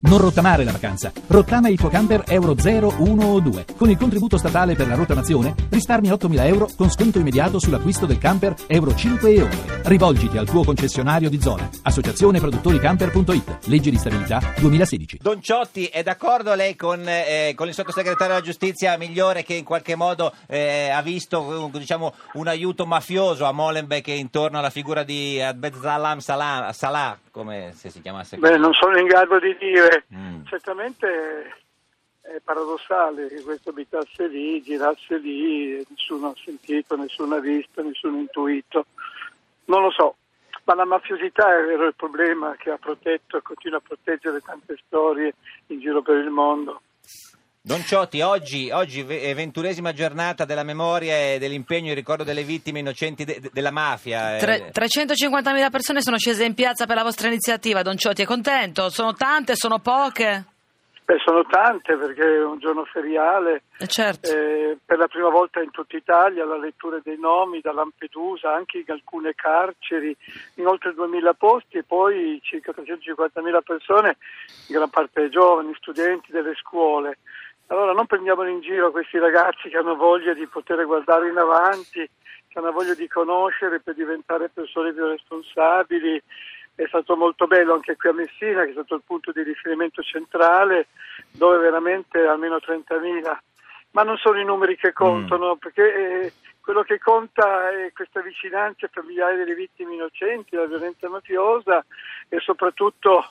Non rottamare la vacanza. Rottama il tuo camper Euro 0, 1 o 2. Con il contributo statale per la rottamazione risparmi 8.000 euro con sconto immediato sull'acquisto del camper Euro 5 e oltre. Rivolgiti al tuo concessionario di zona. Associazione Produttori Camper.it. Legge di stabilità 2016. Don Ciotti, è d'accordo lei con il sottosegretario della giustizia Migliore, che in qualche modo ha visto un aiuto mafioso a Molenbeek intorno alla figura di Abdeslam Salah, come se si chiamasse così? Beh, non sono in grado di dire. Certamente è paradossale che questo abitasse lì, girasse lì, e nessuno ha sentito, nessuno ha visto, nessuno ha intuito. Non lo so, ma la mafiosità è vero il problema che ha protetto e continua a proteggere tante storie in giro per il mondo. Don Ciotti, oggi è 21ª giornata della memoria e dell'impegno in ricordo delle vittime innocenti della mafia. 350.000 persone sono scese in piazza per la vostra iniziativa, Don Ciotti, è contento? Sono tante, sono poche? Beh, sono tante, perché è un giorno feriale. Certo. Per la prima volta in tutta Italia la lettura dei nomi da Lampedusa, anche in alcune carceri, in oltre 2.000 posti, e poi circa 350.000 persone, in gran parte giovani, studenti delle scuole. Allora non prendiamolo in giro questi ragazzi che hanno voglia di poter guardare in avanti, che hanno voglia di conoscere per diventare persone più responsabili. È stato molto bello anche qui a Messina, che è stato il punto di riferimento centrale, dove veramente almeno 30.000. Ma non sono i numeri che contano, perché quello che conta è questa vicinanza familiare delle vittime innocenti, la violenza mafiosa, e soprattutto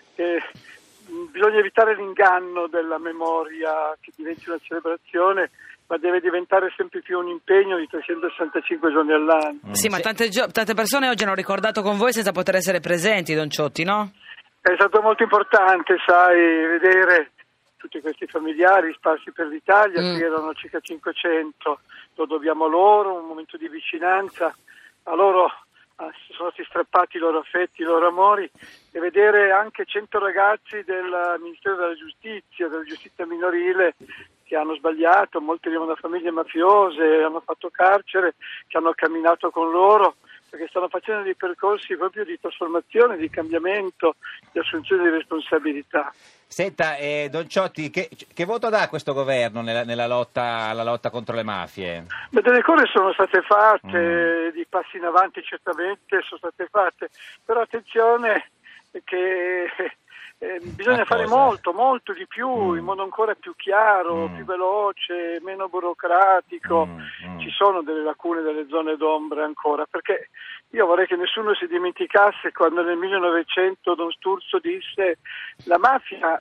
bisogna evitare l'inganno della memoria che diventi una celebrazione, ma deve diventare sempre più un impegno di 365 giorni all'anno. Sì, ma tante persone oggi hanno ricordato con voi senza poter essere presenti, Don Ciotti, no? È stato molto importante, sai, vedere tutti questi familiari sparsi per l'Italia, qui erano circa 500, lo dobbiamo loro, un momento di vicinanza, a loro sono stati strappati i loro affetti, i loro amori, e vedere anche 100 ragazzi del Ministero della Giustizia minorile, che hanno sbagliato, molti venivano da famiglie mafiose, hanno fatto carcere, che hanno camminato con loro, perché stanno facendo dei percorsi proprio di trasformazione, di cambiamento, di assunzione di responsabilità. Senta, Don Ciotti, che voto dà questo governo nella lotta alla lotta contro le mafie? Beh, delle cose sono state fatte, di passi in avanti certamente sono state fatte, però attenzione che bisogna fare molto di più, in modo ancora più chiaro, più veloce, meno burocratico. Ci sono delle lacune, delle zone d'ombra ancora, perché io vorrei che nessuno si dimenticasse quando nel 1900 Don Sturzo disse la mafia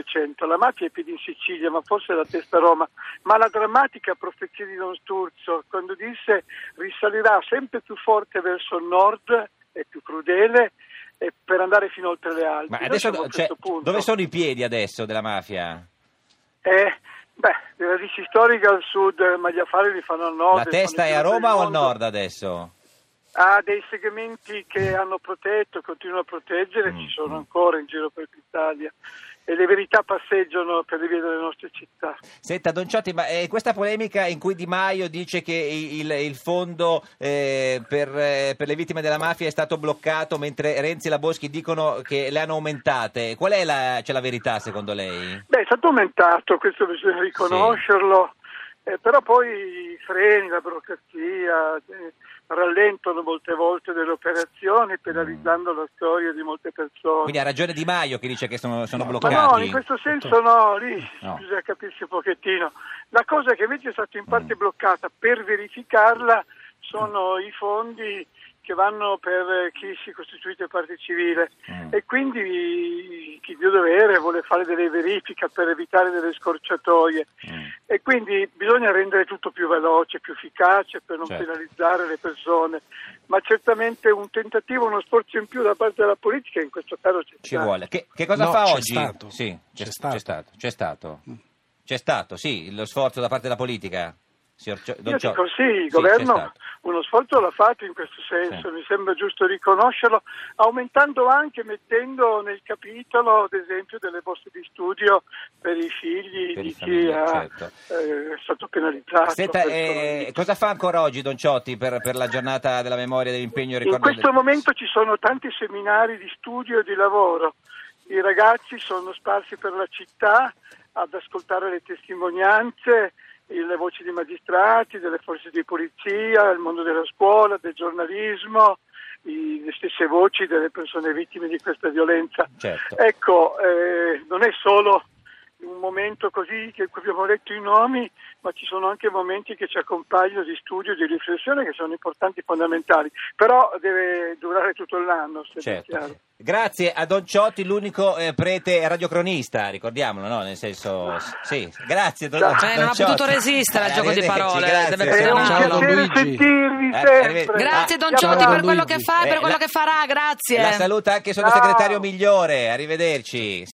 è più in Sicilia, ma forse la testa a Roma, ma la drammatica profezia di Don Sturzo quando disse risalirà sempre più forte verso il nord e più crudele, e per andare fino oltre le Alpi. Ma adesso dove sono i piedi adesso della mafia? Le radici storiche al sud, ma gli affari li fanno al nord. La testa è a Roma o al nord adesso? Ha dei segmenti che hanno protetto, continuano a proteggere, ci sono ancora in giro per l'Italia, e le verità passeggiano per le vie delle nostre città. Senta, Don Ciotti, ma questa polemica in cui Di Maio dice che il fondo per le vittime della mafia è stato bloccato, mentre Renzi e la Boschi dicono che le hanno aumentate, qual è la verità secondo lei? Beh, è stato aumentato, questo bisogna riconoscerlo, però poi i freni, la burocrazia rallentano molte volte delle operazioni, penalizzando la storia di molte persone. Quindi ha ragione Di Maio che dice che sono bloccati. Ma no, in questo senso no, bisogna capirsi un pochettino. La cosa che invece è stata in parte bloccata, per verificarla, sono i fondi che vanno per chi si costituisce parte civile, e quindi chi di dovere vuole fare delle verifiche per evitare delle scorciatoie, e quindi bisogna rendere tutto più veloce, più efficace, per non penalizzare le persone, ma certamente un tentativo, uno sforzo in più da parte della politica in questo caso ci vuole. Che cosa fa oggi? Stato. Sì, c'è stato, sì, lo sforzo da parte della politica. Io dico sì, il governo uno sforzo l'ha fatto in questo senso, mi sembra giusto riconoscerlo, aumentando anche, mettendo nel capitolo, ad esempio, delle borse di studio per i figli di chi è stato penalizzato. Senta, cosa fa ancora oggi Don Ciotti per la giornata della memoria e dell'impegno? In questo momento ci sono tanti seminari di studio e di lavoro, I ragazzi sono sparsi per la città ad ascoltare le testimonianze, le voci di magistrati, delle forze di polizia, il mondo della scuola, del giornalismo, le stesse voci delle persone vittime di questa violenza. Certo. Ecco, non è solo un momento così che abbiamo letto i nomi, ma ci sono anche momenti che ci accompagnano di studio, di riflessione, che sono importanti e fondamentali, però deve durare tutto l'anno, se Certo. è chiaro. Grazie a Don Ciotti, l'unico prete radiocronista, ricordiamolo, no? Nel senso, sì, grazie Don Ciao. Ciotti. Non ha potuto resistere al gioco di parole, Grazie. deve È un perdonarlo. piacere Luigi. sentirvi Arrivederci. sempre. Grazie Don Ciao. Ciotti per quello Luigi. che fa e per quello la- che farà, grazie. La saluta anche il sottosegretario Migliore, arrivederci.